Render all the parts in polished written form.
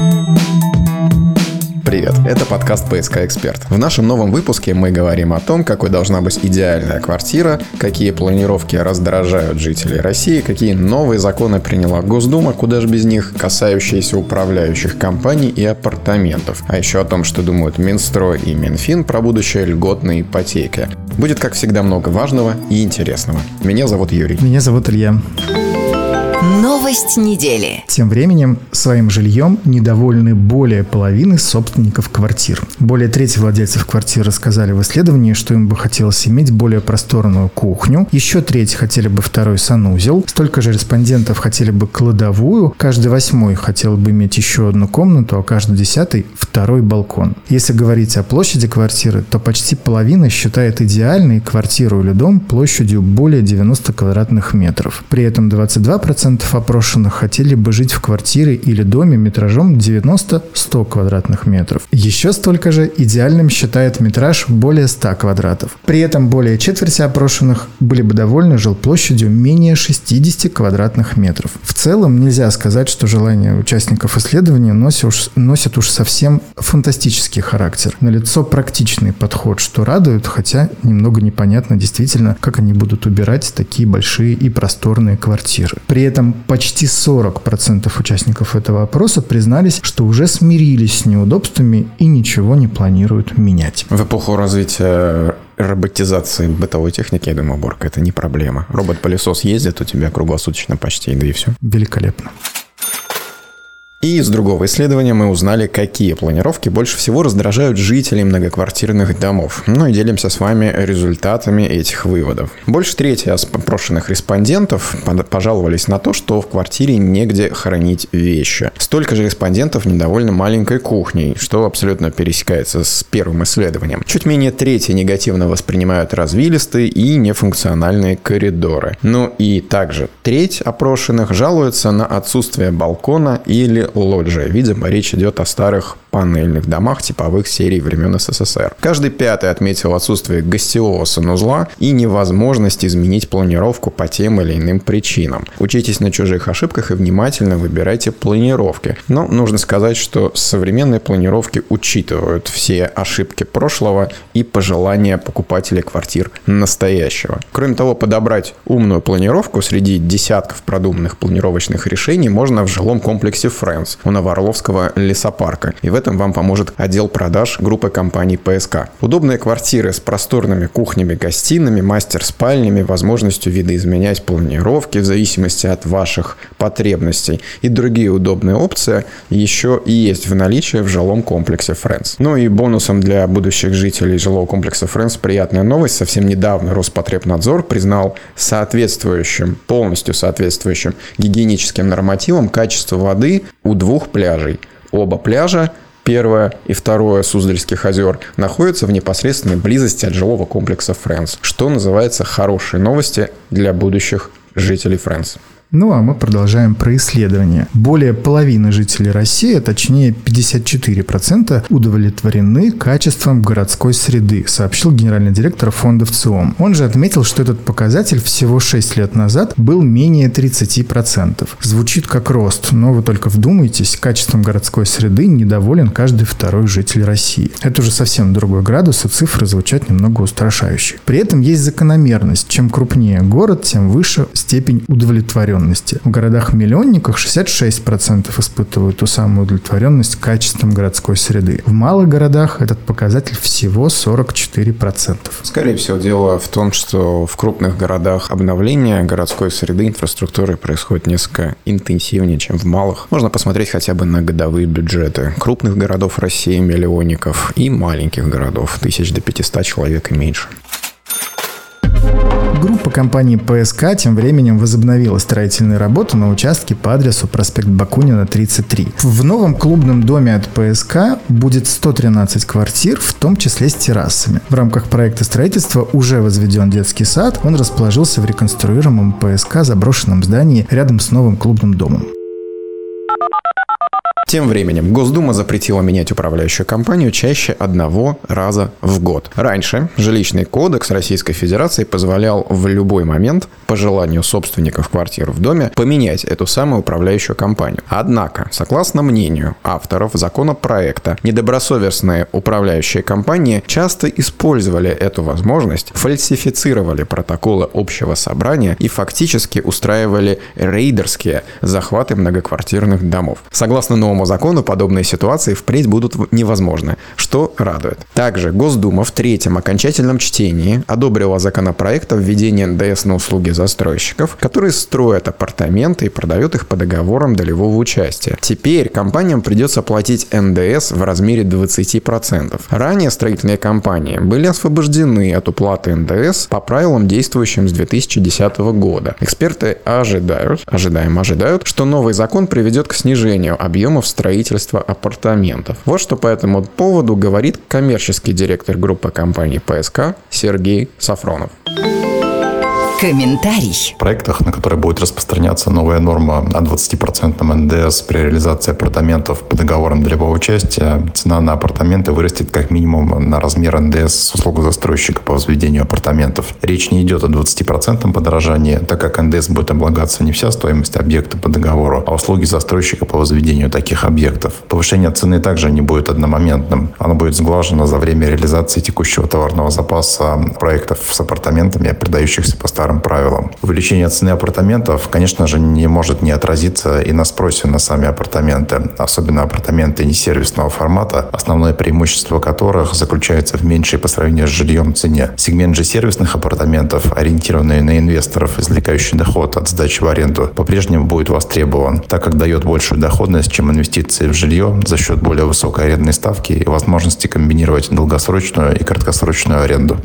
Привет, это подкаст «ПСК Эксперт». В нашем новом выпуске мы говорим о том, какой должна быть идеальная квартира, какие планировки раздражают жителей России, какие новые законы приняла Госдума, куда же без них, касающиеся управляющих компаний и апартаментов. А еще о том, что думают Минстрой и Минфин про будущее льготной ипотеки. Будет, как всегда, много важного и интересного. Меня зовут Юрий. Меня зовут Илья. Новость недели. Тем временем своим жильем недовольны более половины собственников квартир. Более трети владельцев квартир рассказали в исследовании, что им бы хотелось иметь более просторную кухню. Еще треть хотели бы второй санузел. Столько же респондентов хотели бы кладовую. Каждый восьмой хотел бы иметь еще одну комнату, а каждый десятый – второй балкон. Если говорить о площади квартиры, то почти половина считает идеальной квартиру или дом площадью более 90 квадратных метров. При этом 22% опрошенных хотели бы жить в квартире или доме метражом 90-100 квадратных метров. Еще столько же идеальным считает метраж более 100 квадратов. При этом более четверти опрошенных были бы довольны жилплощадью менее 60 квадратных метров. В целом нельзя сказать, что желания участников исследования носят уж совсем фантастический характер. Налицо практичный подход, что радует, хотя немного непонятно действительно, как они будут убирать такие большие и просторные квартиры. При этом почти 40% участников этого опроса признались, что уже смирились с неудобствами и ничего не планируют менять. В эпоху развития роботизации бытовой техники, я думаю, уборка – это не проблема. Робот-пылесос ездит у тебя круглосуточно почти, да и все. Великолепно. И из другого исследования мы узнали, какие планировки больше всего раздражают жителей многоквартирных домов. Ну и делимся с вами результатами этих выводов. Больше трети опрошенных респондентов пожаловались на то, что в квартире негде хранить вещи. Столько же респондентов недовольны маленькой кухней, что абсолютно пересекается с первым исследованием. Чуть менее трети негативно воспринимают развилистые и нефункциональные коридоры. Ну и также треть опрошенных жалуются на отсутствие балкона или лоджия. Видимо, речь идет о старых панельных домах типовых серий времен СССР. Каждый пятый отметил отсутствие гостевого санузла и невозможность изменить планировку по тем или иным причинам. Учитесь на чужих ошибках и внимательно выбирайте планировки. Но нужно сказать, что современные планировки учитывают все ошибки прошлого и пожелания покупателей квартир настоящего. Кроме того, подобрать умную планировку среди десятков продуманных планировочных решений можно в жилом комплексе Friends у Новоорловского лесопарка. И в этом вам поможет отдел продаж группы компаний ПСК. Удобные квартиры с просторными кухнями-гостиными, мастер-спальнями, возможностью видоизменять планировки в зависимости от ваших потребностей и другие удобные опции еще и есть в наличии в жилом комплексе Friends. Ну и бонусом для будущих жителей жилого комплекса Friends приятная новость. Совсем недавно Роспотребнадзор признал полностью соответствующим гигиеническим нормативам качество воды у двух пляжей. Оба пляжа, первое и второе Суздальских озер, находятся в непосредственной близости от жилого комплекса Friends, что называется хорошие новости для будущих жителей Friends. Ну а мы продолжаем про исследования. Более половины жителей России, точнее 54%, удовлетворены качеством городской среды, сообщил генеральный директор фонда ВЦИОМ. Он же отметил, что этот показатель всего 6 лет назад был менее 30%. Звучит как рост, но вы только вдумайтесь, качеством городской среды недоволен каждый второй житель России. Это уже совсем другой градус, и цифры звучат немного устрашающе. При этом есть закономерность. Чем крупнее город, тем выше степень удовлетворенности. В городах-миллионниках 66% испытывают ту самую удовлетворенность качеством городской среды. В малых городах этот показатель всего 44%. Скорее всего, дело в том, что в крупных городах обновление городской среды, инфраструктуры происходит несколько интенсивнее, чем в малых. Можно посмотреть хотя бы на годовые бюджеты крупных городов России, миллионников, и маленьких городов, 1000 до 500 человек и меньше. Группа компании ПСК тем временем возобновила строительные работы на участке по адресу проспект Бакунина, 33. В новом клубном доме от ПСК будет 113 квартир, в том числе с террасами. В рамках проекта строительства уже возведен детский сад. Он расположился в реконструируемом ПСК заброшенном здании рядом с новым клубным домом. Тем временем Госдума запретила менять управляющую компанию чаще одного раза в год. Раньше жилищный кодекс Российской Федерации позволял в любой момент, по желанию собственников квартир в доме, поменять эту самую управляющую компанию. Однако, согласно мнению авторов законопроекта, недобросовестные управляющие компании часто использовали эту возможность, фальсифицировали протоколы общего собрания и фактически устраивали рейдерские захваты многоквартирных домов. Согласно новому закону, подобные ситуации впредь будут невозможны, что радует. Также Госдума в третьем окончательном чтении одобрила законопроект о введении НДС на услуги застройщиков, которые строят апартаменты и продают их по договорам долевого участия. Теперь компаниям придется платить НДС в размере 20%. Ранее строительные компании были освобождены от уплаты НДС по правилам, действующим с 2010 года. Эксперты ожидают, что новый закон приведет к снижению объемов строительства апартаментов. Вот что по этому поводу говорит коммерческий директор группы компаний ПСК Сергей Сафронов. Комментарий. В проектах, на которые будет распространяться новая норма о 20% НДС при реализации апартаментов по договорам долевого участия, цена на апартаменты вырастет как минимум на размер НДС с услуг застройщика по возведению апартаментов. Речь не идет о 20% подорожании, так как НДС будет облагаться не вся стоимость объекта по договору, а услуги застройщика по возведению таких объектов. Повышение цены также не будет одномоментным. Оно будет сглажено за время реализации текущего товарного запаса проектов с апартаментами, продающихся по старым правилам. Увеличение цены апартаментов, конечно же, не может не отразиться и на спросе на сами апартаменты, особенно апартаменты несервисного формата, основное преимущество которых заключается в меньшей по сравнению с жильем цене. Сегмент же сервисных апартаментов, ориентированный на инвесторов, извлекающий доход от сдачи в аренду, по-прежнему будет востребован, так как дает большую доходность, чем инвестиции в жилье за счет более высокой арендной ставки и возможности комбинировать долгосрочную и краткосрочную аренду.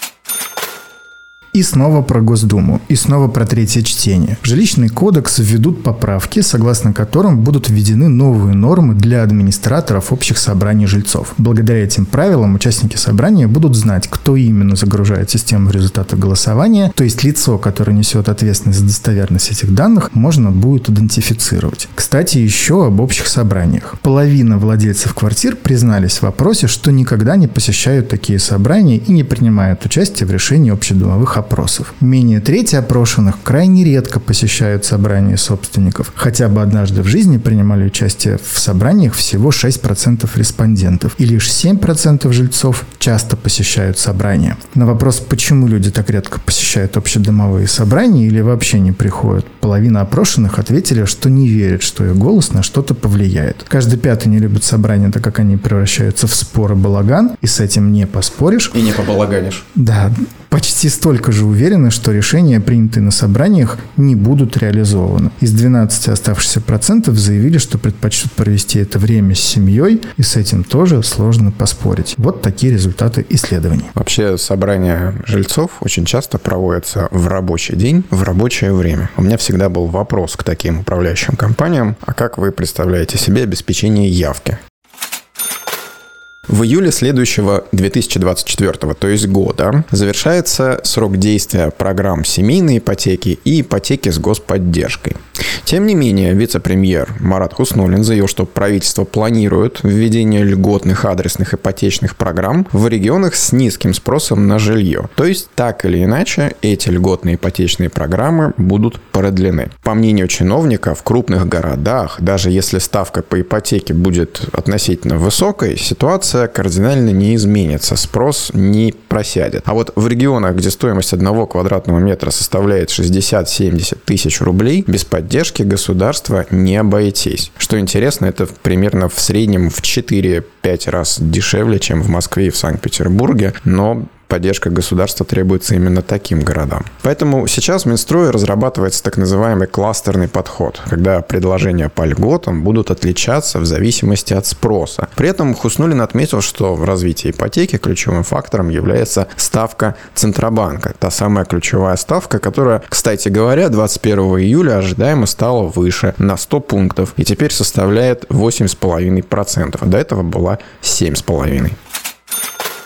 И снова про Госдуму, и снова про третье чтение. В жилищный кодекс введут поправки, согласно которым будут введены новые нормы для администраторов общих собраний жильцов. Благодаря этим правилам участники собрания будут знать, кто именно загружает систему результата голосования, то есть лицо, которое несет ответственность за достоверность этих данных, можно будет идентифицировать. Кстати, еще об общих собраниях. Половина владельцев квартир признались в вопросе, что никогда не посещают такие собрания и не принимают участие в решении общедомовых опросов. Менее трети опрошенных крайне редко посещают собрания собственников. Хотя бы однажды в жизни принимали участие в собраниях всего 6% респондентов. И лишь 7% жильцов часто посещают собрания. На вопрос, почему люди так редко посещают общедомовые собрания или вообще не приходят, половина опрошенных ответили, что не верят, что их голос на что-то повлияет. Каждый пятый не любит собрания, так как они превращаются в спор и балаган, и с этим не поспоришь. И не побалаганишь. Да, почти столько же уверены, что решения, принятые на собраниях, не будут реализованы. Из 12 оставшихся процентов заявили, что предпочтут провести это время с семьей, и с этим тоже сложно поспорить. Вот такие результаты исследований. Вообще, собрания жильцов очень часто проводятся в рабочий день, в рабочее время. У меня всегда был вопрос к таким управляющим компаниям: а как вы представляете себе обеспечение явки? В июле следующего 2024, то есть года, завершается срок действия программ семейной ипотеки и ипотеки с господдержкой. Тем не менее, вице-премьер Марат Хуснуллин заявил, что правительство планирует введение льготных адресных ипотечных программ в регионах с низким спросом на жилье. То есть, так или иначе, эти льготные ипотечные программы будут продлены. По мнению чиновника, в крупных городах, даже если ставка по ипотеке будет относительно высокой, ситуация кардинально не изменится, спрос не просядет. А вот в регионах, где стоимость 1 квадратного метра составляет 60-70 тысяч рублей, без поддержки государства не обойтись. Что интересно, это примерно в среднем в 4-5 раз дешевле, чем в Москве и в Санкт-Петербурге, но поддержка государства требуется именно таким городам. Поэтому сейчас в Минстрое разрабатывается так называемый кластерный подход, когда предложения по льготам будут отличаться в зависимости от спроса. При этом Хуснуллин отметил, что в развитии ипотеки ключевым фактором является ставка Центробанка. Та самая ключевая ставка, которая, кстати говоря, 21 июля ожидаемо стала выше на 100 пунктов и теперь составляет 8,5%. До этого была 7,5%.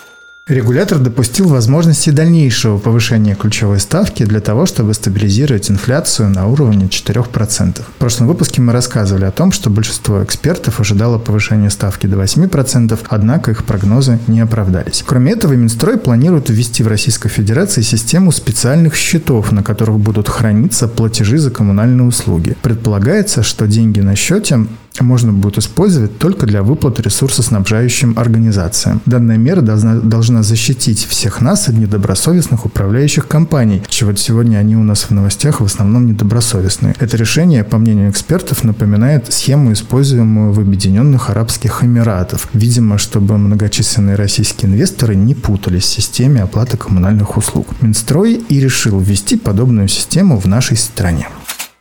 Регулятор допустил возможности дальнейшего повышения ключевой ставки для того, чтобы стабилизировать инфляцию на уровне 4%. В прошлом выпуске мы рассказывали о том, что большинство экспертов ожидало повышения ставки до 8%, однако их прогнозы не оправдались. Кроме этого, Минстрой планирует ввести в Российской Федерации систему специальных счетов, на которых будут храниться платежи за коммунальные услуги. Предполагается, что деньги на счете можно будет использовать только для выплат ресурсоснабжающим организациям. Данная мера должна защитить всех нас от недобросовестных управляющих компаний, чего сегодня они у нас в новостях в основном недобросовестные. Это решение, по мнению экспертов, напоминает схему, используемую в Объединенных Арабских Эмиратах. Видимо, чтобы многочисленные российские инвесторы не путались в системе оплаты коммунальных услуг. Минстрой и решил ввести подобную систему в нашей стране.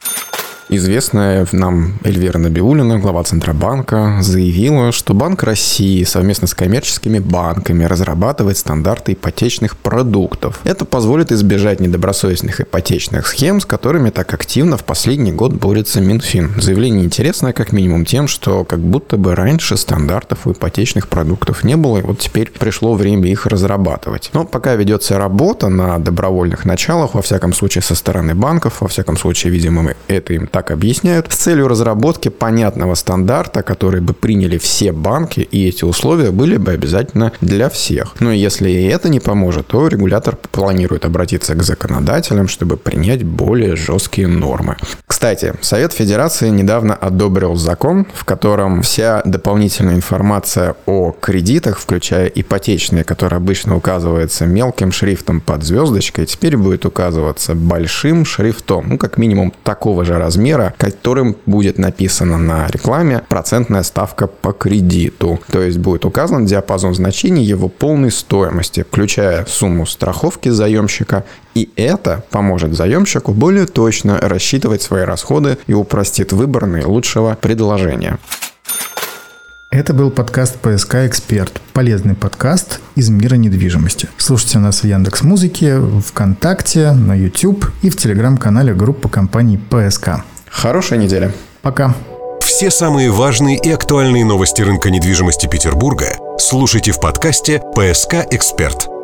Известная нам Эльвира Набиуллина, глава Центробанка, заявила, что Банк России совместно с коммерческими банками разрабатывает стандарты ипотечных продуктов. Это позволит избежать недобросовестных ипотечных схем, с которыми так активно в последний год борется Минфин. Заявление интересное как минимум тем, что как будто бы раньше стандартов у ипотечных продуктов не было, и вот теперь пришло время их разрабатывать. Но пока ведется работа на добровольных началах, во всяком случае со стороны банков, во всяком случае, видимо, это им так объясняют, с целью разработки понятного стандарта, который бы приняли все банки, и эти условия были бы обязательно для всех. Но если и это не поможет, то регулятор планирует обратиться к законодателям, чтобы принять более жесткие нормы. Кстати, Совет Федерации недавно одобрил закон, в котором вся дополнительная информация о кредитах, включая ипотечные, которая обычно указывается мелким шрифтом под звездочкой, теперь будет указываться большим шрифтом, как минимум такого же размера, которым будет написано на рекламе процентная ставка по кредиту. То есть будет указан диапазон значений его полной стоимости, включая сумму страховки заемщика, и это поможет заемщику более точно рассчитывать свои расходы и упростит выбор наилучшего предложения. Это был подкаст «ПСК Эксперт». Полезный подкаст из мира недвижимости. Слушайте нас в Яндекс.Музыке, ВКонтакте, на YouTube и в телеграм-канале группы компаний «ПСК». Хорошей недели. Пока. Все самые важные и актуальные новости рынка недвижимости Петербурга слушайте в подкасте «ПСК Эксперт».